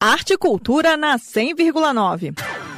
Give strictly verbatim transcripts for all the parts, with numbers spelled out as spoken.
Arte e Cultura na cem vírgula nove.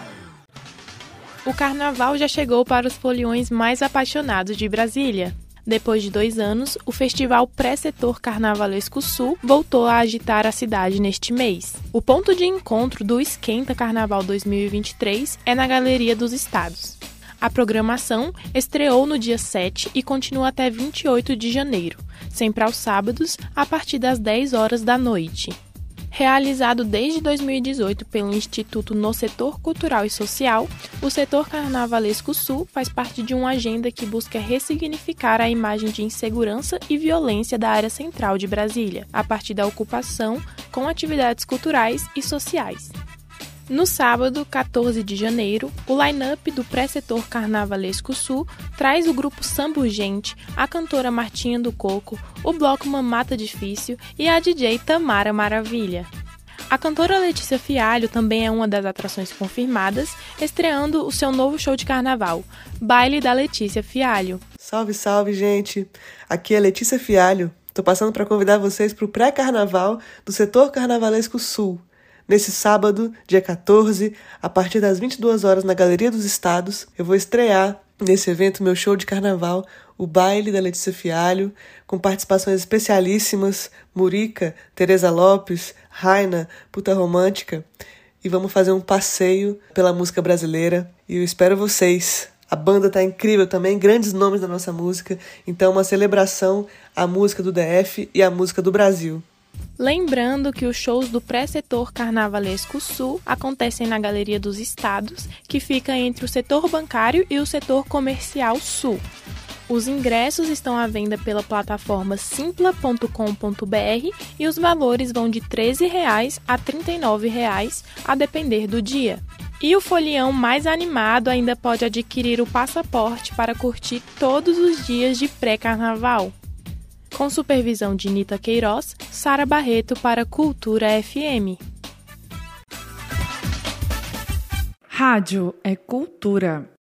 O carnaval já chegou para os foliões mais apaixonados de Brasília. Depois de dois anos, o Festival Pré-Setor Carnavalesco Sul voltou a agitar a cidade neste mês. O ponto de encontro do Esquenta Carnaval dois mil e vinte e três é na Galeria dos Estados. A programação estreou no dia sete e continua até vinte e oito de janeiro, sempre aos sábados, a partir das dez horas da noite. Realizado desde dois mil e dezoito pelo Instituto No Setor Cultural e Social, o Setor Carnavalesco Sul faz parte de uma agenda que busca ressignificar a imagem de insegurança e violência da área central de Brasília, a partir da ocupação com atividades culturais e sociais. No sábado, quatorze de janeiro, o line-up do Pré-Setor Carnavalesco Sul traz o grupo Samba Urgente, a cantora Martinha do Coco, o bloco Mamata Difícil e a D J Tamara Maravilha. A cantora Letícia Fialho também é uma das atrações confirmadas, estreando o seu novo show de carnaval, Baile da Letícia Fialho. Salve, salve, gente! Aqui é Letícia Fialho. Tô passando para convidar vocês para o pré-carnaval do Setor Carnavalesco Sul. Nesse sábado, dia quatorze, a partir das vinte e duas horas na Galeria dos Estados, eu vou estrear nesse evento meu show de carnaval, o Baile da Letícia Fialho, com participações especialíssimas, Murica, Tereza Lopes, Raina, Puta Romântica, e vamos fazer um passeio pela música brasileira, e eu espero vocês. A banda tá incrível também, grandes nomes da nossa música, então uma celebração à música do D F e à música do Brasil. Lembrando que os shows do Pré-Setor Carnavalesco Sul acontecem na Galeria dos Estados, que fica entre o setor bancário e o setor comercial Sul. Os ingressos estão à venda pela plataforma simpla ponto com ponto b r e os valores vão de treze reais a trinta e nove reais, a depender do dia. E o folião mais animado ainda pode adquirir o passaporte para curtir todos os dias de pré-carnaval. Com supervisão de Nita Queiroz, Sara Barreto para Cultura F M. Rádio é cultura.